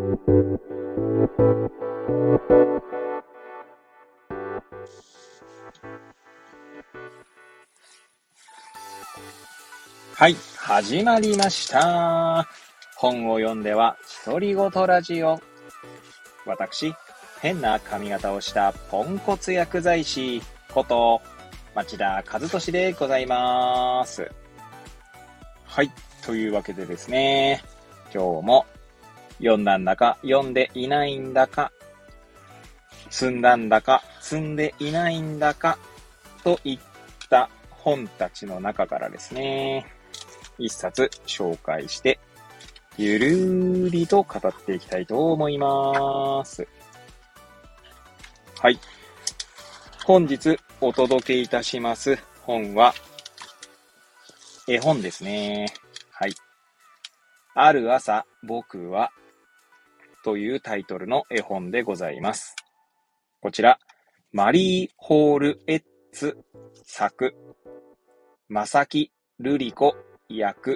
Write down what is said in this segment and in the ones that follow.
はい、始まりました。本を読んでは独り言ラジオ。私、変な髪型をしたポンコツ薬剤師こと町田和俊でございます。はい、というわけでですね、今日も読んだんだか読んでいないんだか、積んだんだか積んでいないんだかといった本たちの中からですね、一冊紹介して、ゆるーりと語っていきたいと思います。はい。本日お届けいたします本は、絵本ですね。はい。ある朝、僕は、というタイトルの絵本でございます。こちら、マリー・ホール・エッツ作、正木瑠璃子役、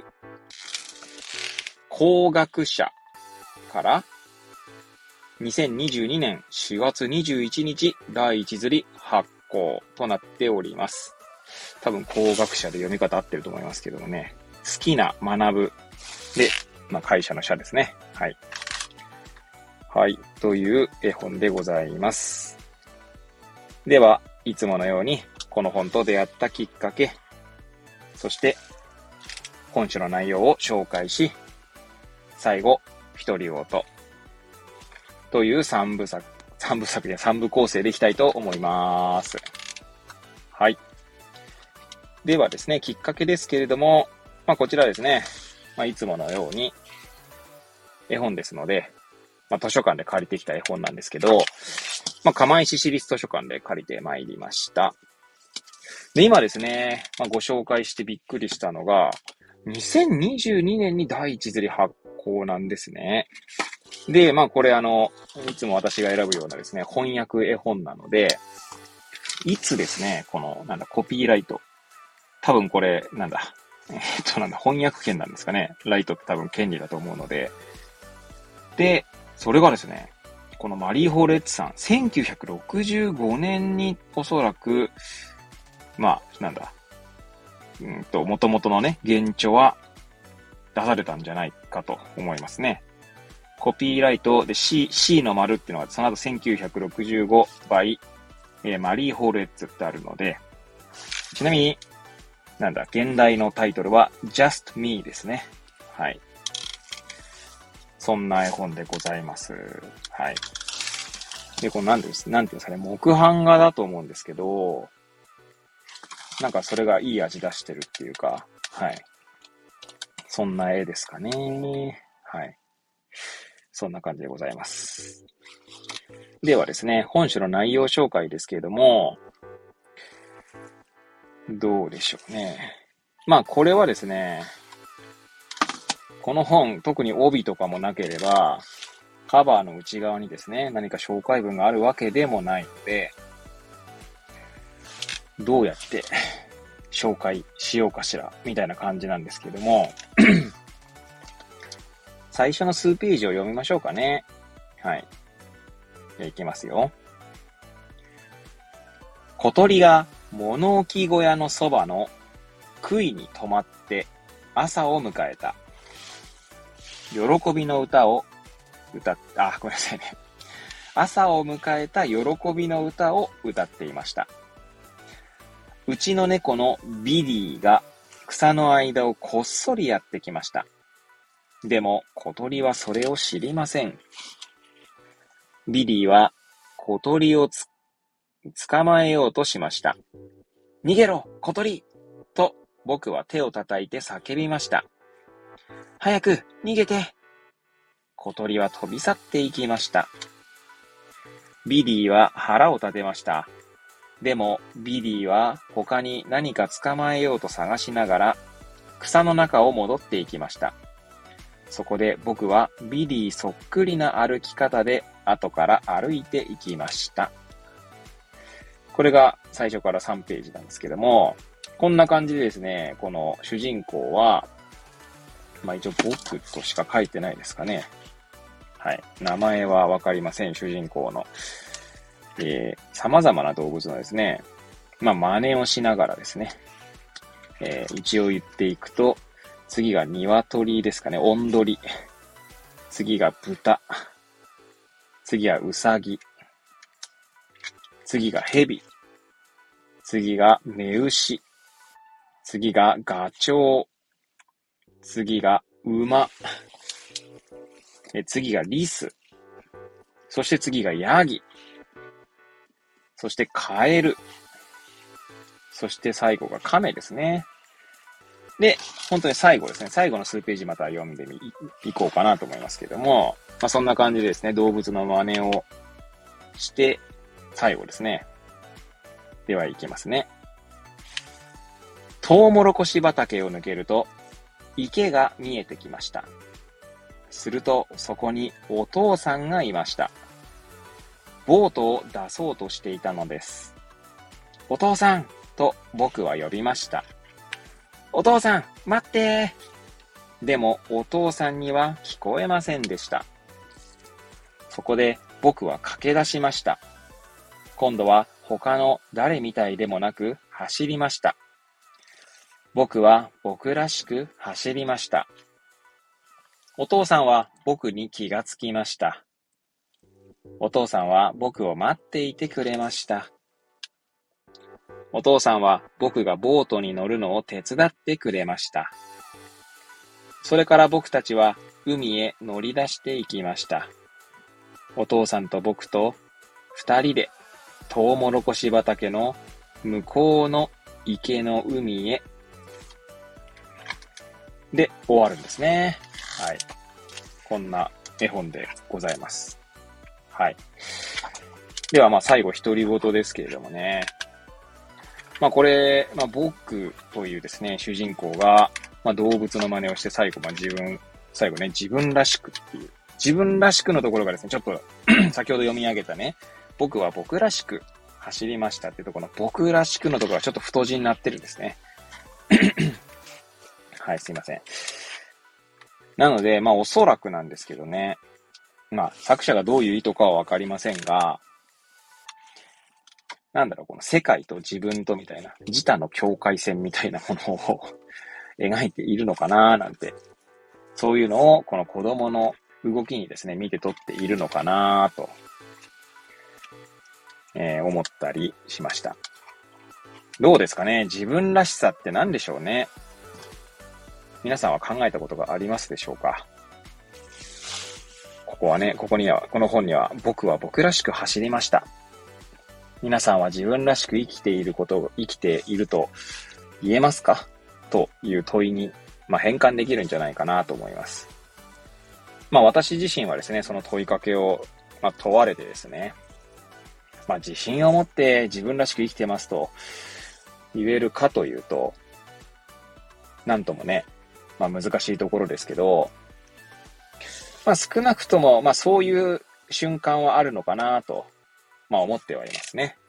工学者から2022年4月21日第1釣り発行となっております。多分工学者で読み方合ってると思いますけどもね。好きな学ぶで、会社の社ですね。はい。はい。という絵本でございます。では、いつものようにこの本と出会ったきっかけ、そして本書の内容を紹介し、最後、独り言という三部構成でいきたいと思います。はい。ではですね、きっかけですけれども、こちらですね、いつものように絵本ですので、図書館で借りてきた絵本なんですけど、釜石市立図書館で借りてまいりました。で、今ですね、ご紹介してびっくりしたのが、2022年に第一釣り発行なんですね。で、これいつも私が選ぶようなですね、翻訳絵本なので、いつですね、この、コピーライト。多分これ、翻訳権なんですかね。ライトって多分権利だと思うので。で、それがですね、このマリー・ホーレッツさん、1965年におそらく、元々のね、原著は出されたんじゃないかと思いますね。コピーライトで C の丸っていうのがその後1965 by、マリー・ホーレッツってあるので、ちなみに、現代のタイトルは Just Me ですね。はい。そんな絵本でございます。はい。で、これなんていうんですかね、木版画だと思うんですけど、それがいい味出してるっていうか、はい。そんな絵ですかね。はい。そんな感じでございます。ではですね、本書の内容紹介ですけれども、どうでしょうね。これはですね、この本、特に帯とかもなければ、カバーの内側にですね、何か紹介文があるわけでもないので、どうやって紹介しようかしら、みたいな感じなんですけども、最初の数ページを読みましょうかね。はい。じゃあいきますよ。小鳥が物置小屋のそばの杭に止まって朝を迎えた。喜びの歌を歌っ、ごめんなさいね。朝を迎えた喜びの歌を歌っていました。うちの猫のビリーが草の間をこっそりやってきました。でも小鳥はそれを知りません。ビリーは小鳥を捕まえようとしました。逃げろ、小鳥と僕は手を叩いて叫びました。早く逃げて。小鳥は飛び去っていきました。ビリーは腹を立てました。でもビリーは他に何か捕まえようと探しながら草の中を戻っていきました。そこで僕はビリーそっくりな歩き方で後から歩いていきました。これが最初から3ページなんですけども、こんな感じでですね、この主人公は、一応僕としか書いてないですかね。 はい。名前はわかりません。主人公の。様々な動物のですね、まあ、真似をしながらですね、一応言っていくと、次が鶏ですかね、オンドリ。次が豚。次はウサギ。次がヘビ。次がメウシ。次がガチョウ。次が馬。次がリス。そして次がヤギ。そしてカエル。そして最後がカメですね。で、本当に最後ですね。最後の数ページまた読んでいこうかなと思いますけども、まあ、そんな感じでですね、動物の真似をして、最後ですね。では行きますね。トウモロコシ畑を抜けると、池が見えてきました。すると、そこにお父さんがいました。ボートを出そうとしていたのです。お父さんと僕は呼びました。お父さん、待ってー。でも、お父さんには聞こえませんでした。そこで僕は駆け出しました。今度は他の誰みたいでもなく走りました。僕は僕らしく走りました。お父さんは僕に気がつきました。お父さんは僕を待っていてくれました。お父さんは僕がボートに乗るのを手伝ってくれました。それから僕たちは海へ乗り出していきました。お父さんと僕と二人でトウモロコシ畑の向こうの池の海へ。で、終わるんですね。はい。こんな絵本でございます。はい。では、最後、独り言ですけれどもね。これ、僕というですね、主人公が、動物の真似をして最後、最後ね、自分らしくっていう、自分らしくのところがですね、ちょっと先ほど読み上げたね、僕は僕らしく走りましたっていうところの僕らしくのところがちょっと太字になってるんですね。はい、すいません。なので、おそらくなんですけどね、作者がどういう意図かはわかりませんが、この世界と自分とみたいな、自他の境界線みたいなものを描いているのかななんて、そういうのをこの子供の動きにですね、見て取っているのかなと、思ったりしました。どうですかね？自分らしさって何でしょうね？皆さんは考えたことがありますでしょうか？この本には、僕は僕らしく走りました。皆さんは自分らしく生きていると言えますか？という問いに、変換できるんじゃないかなと思います。私自身はですね、その問いかけを、問われてですね、自信を持って自分らしく生きてますと言えるかというと、なんともね、難しいところですけど、少なくとも、そういう瞬間はあるのかなと、思ってはいますね。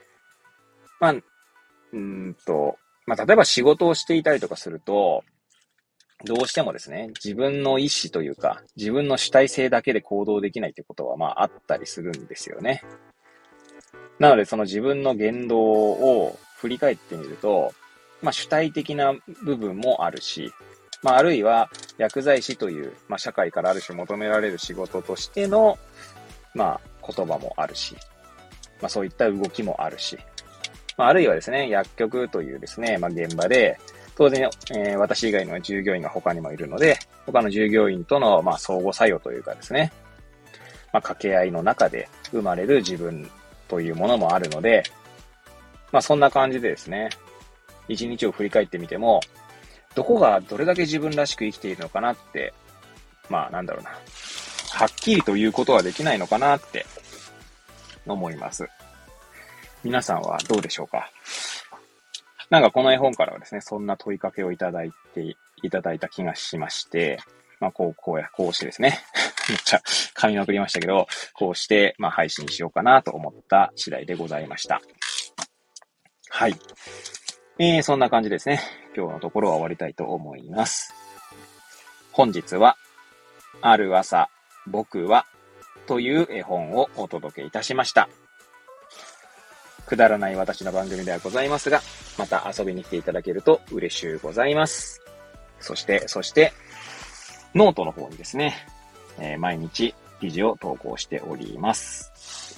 例えば仕事をしていたりとかすると、どうしてもですね、自分の意思というか、自分の主体性だけで行動できないということは、あったりするんですよね。なので、その自分の言動を振り返ってみると、主体的な部分もあるし、あるいは薬剤師という、社会からある種求められる仕事としての、言葉もあるし、そういった動きもあるし、あるいはですね、薬局というですね、現場で、当然、私以外の従業員が他にもいるので、他の従業員との、相互作用というかですね、掛け合いの中で生まれる自分というものもあるので、そんな感じでですね、一日を振り返ってみても、どこがどれだけ自分らしく生きているのかなって、はっきりということはできないのかなって思います。皆さんはどうでしょうか？この絵本からはですね、そんな問いかけをいただいた気がしまして、こうしてですね、めっちゃ噛みまくりましたけど、こうして、配信しようかなと思った次第でございました。はい。そんな感じですね。今日のところは終わりたいと思います。本日は、ある朝、 僕はという絵本をお届けいたしました。くだらない私の番組ではございますが、また遊びに来ていただけると嬉しゅうございます。そして、ノートの方にですね、毎日記事を投稿しております。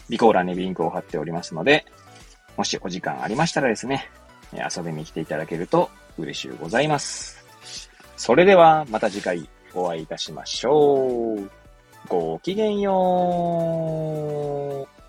備考欄にリンクを貼っておりますので、もしお時間ありましたらですね、遊びに来ていただけると嬉しゅうございます。それではまた次回お会いいたしましょう。ごきげんよう。